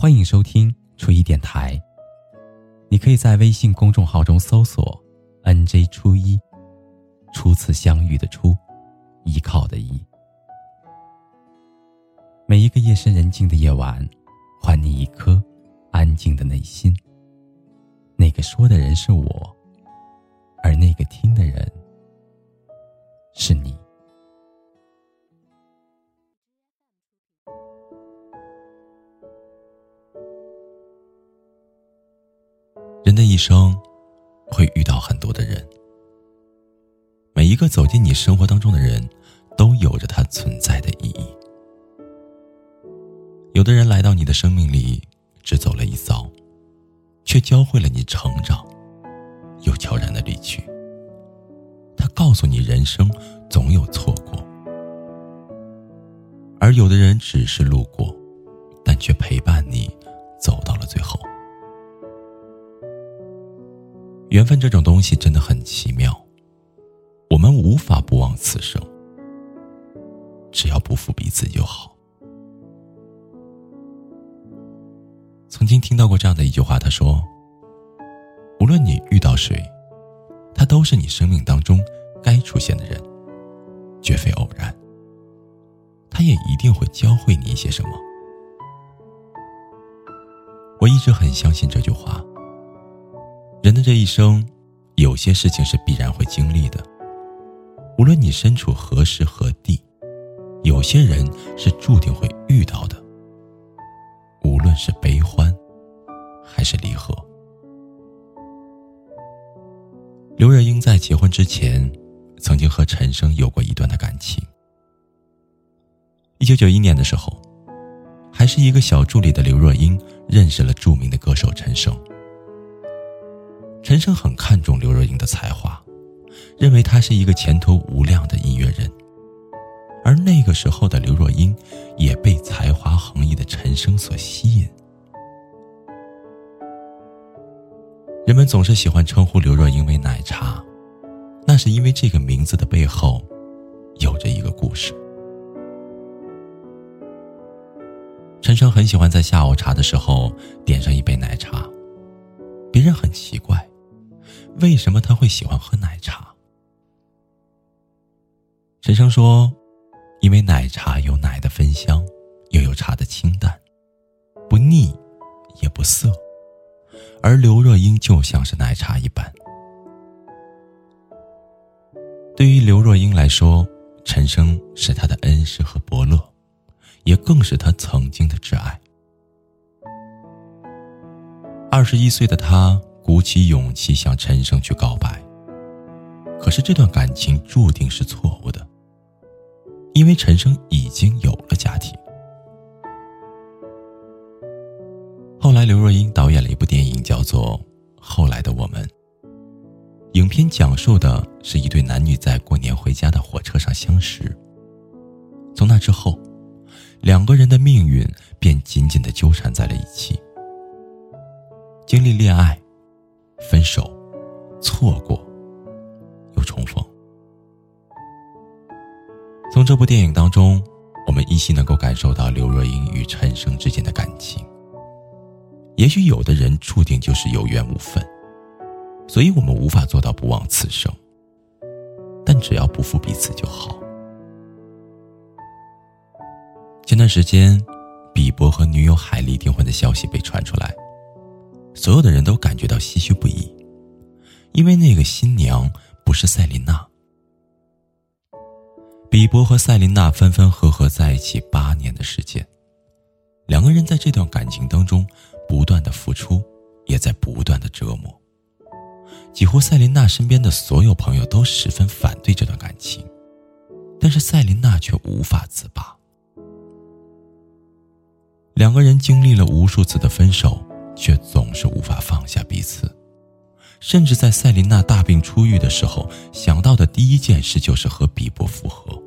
欢迎收听初一电台。你可以在微信公众号中搜索 NJ 初一，初次相遇的初，依靠的依。每一个夜深人静的夜晚，还你一颗安静的内心。那个说的人是我，而那个听的人是你。 人的一生会遇到很多的人，每一个走进你生活当中的人都有着他存在的意义。有的人来到你的生命里只走了一遭，却教会了你成长，又悄然的离去。他告诉你人生总有错过，而有的人只是路过，但却陪伴你走到了最后。缘分这种东西真的很奇妙，我们无法不忘此生，只要不负彼此就好。曾经听到过这样的一句话，他说，无论你遇到谁，他都是你生命当中该出现的人，绝非偶然，他也一定会教会你一些什么。我一直很相信这句话，人的这一生，有些事情是必然会经历的，无论你身处何时何地，有些人是注定会遇到的，无论是悲欢还是离合。刘若英在结婚之前曾经和陈升有过一段的感情。1991年的时候，还是一个小助理的刘若英认识了著名的歌手陈升。陈升很看重刘若英的才华，认为她是一个前途无量的音乐人，而那个时候的刘若英也被才华横溢的陈升所吸引。人们总是喜欢称呼刘若英为奶茶，那是因为这个名字的背后有着一个故事。陈升很喜欢在下午茶的时候点上一杯奶茶，别人很奇怪，为什么他会喜欢喝奶茶？陈升说，因为奶茶有奶的芬香，又有茶的清淡，不腻也不涩，而刘若英就像是奶茶一般。对于刘若英来说，陈升是她的恩师和伯乐，也更是她曾经的挚爱。21岁的她鼓起勇气向陈升去告白，可是这段感情注定是错误的，因为陈升已经有了家庭。后来刘若英导演了一部电影叫做《后来的我们》，影片讲述的是一对男女在过年回家的火车上相识，从那之后，两个人的命运便紧紧地纠缠在了一起，经历恋爱、分手、错过，又重逢。从这部电影当中，我们依稀能够感受到刘若英与陈升之间的感情。也许有的人注定就是有缘无分，所以我们无法做到不忘此生，但只要不负彼此就好。前段时间，比伯和女友海莉订婚的消息被传出来，所有的人都感觉到唏嘘不已，因为那个新娘不是赛琳娜。比伯和赛琳娜分分合合在一起8年的时间，两个人在这段感情当中不断的付出，也在不断的折磨。几乎赛琳娜身边的所有朋友都十分反对这段感情，但是赛琳娜却无法自拔。两个人经历了无数次的分手，却总是无法放下彼此，甚至在赛琳娜大病初愈的时候，想到的第一件事就是和比伯复合。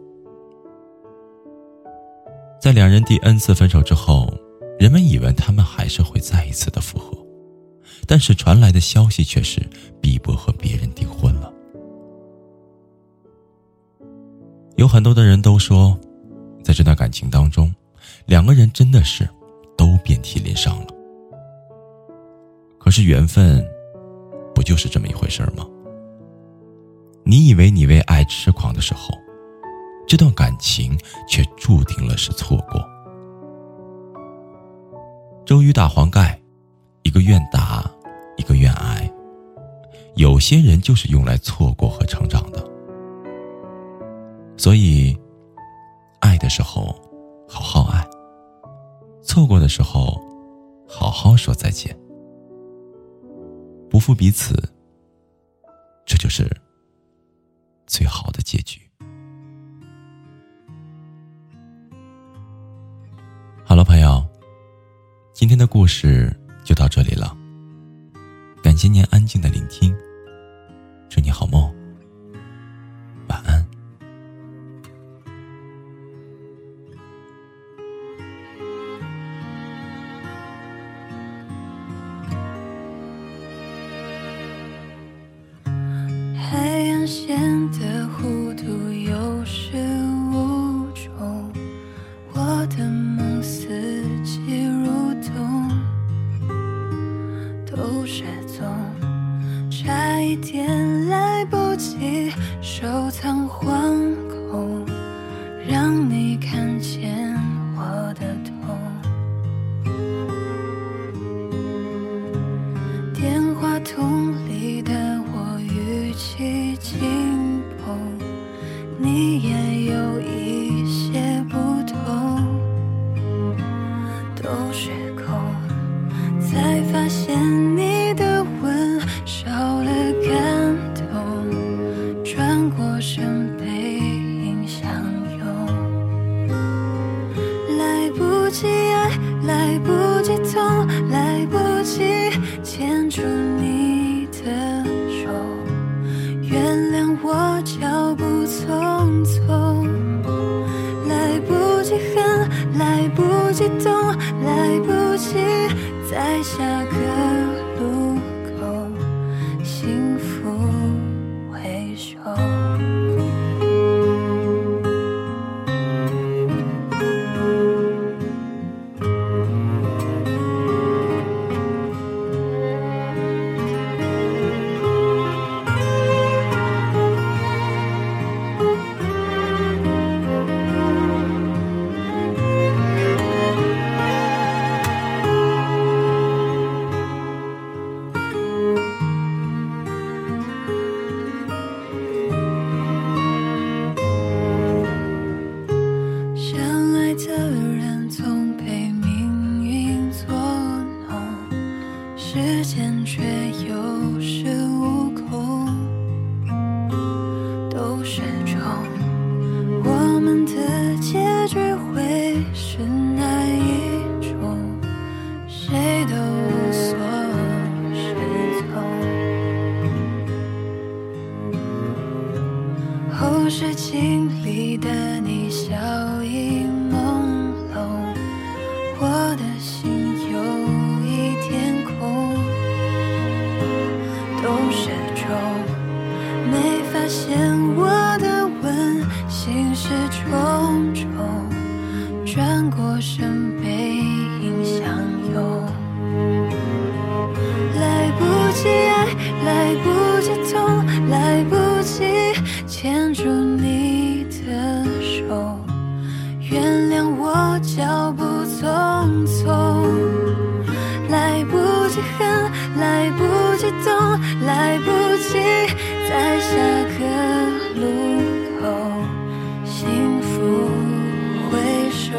在两人第 N 次分手之后，人们以为他们还是会再一次的复合，但是传来的消息却是比伯和别人订婚了。有很多的人都说，在这段感情当中，两个人真的是都遍体鳞伤了。可是缘分不就是这么一回事吗？你以为你为爱痴狂的时候，这段感情却注定了是错过。周瑜打黄盖，一个愿打，一个愿挨。有些人就是用来错过和成长的。所以爱的时候好好爱，错过的时候好好说再见。不负彼此，这就是最好的结局。好了，朋友，今天的故事就到这里了。感谢您安静的聆听，祝你好梦，晚安。 海岸线的弧度有始无终，我的梦四季如冬，都失踪，差一点来不及收藏惶恐，让你看见我的痛。电话筒里的我语气轻捧，你也有一些不同，都是空，才发现你的吻少了感动，转过身背影相拥。来不及爱，来不及痛，来不及牵住你的手，原谅我脚步匆匆。来不及恨，来不及懂，来不及在下个路口幸福回首。相爱的人总被命运作弄，时间却有恃无恐，都是种我们的结局会是哪一种，谁都无所适从。后视镜里的你笑意朦胧，我的心有一点空，都是种没发现我的吻心事重重，转过身背影相拥。来不及爱，来不及痛，来不及牵住你的手，原谅我脚步匆匆。来不及恨，来不及懂，来不及在下个路口幸福回首。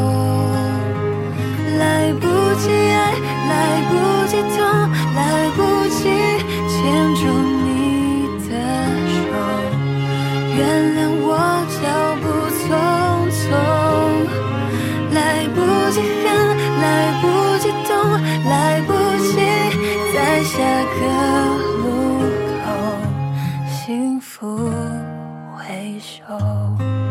来不及爱，来不及痛，来不及牵住你的手，原谅我脚步匆匆。来不及恨，来不及懂，来不及在下个路口幸福回首。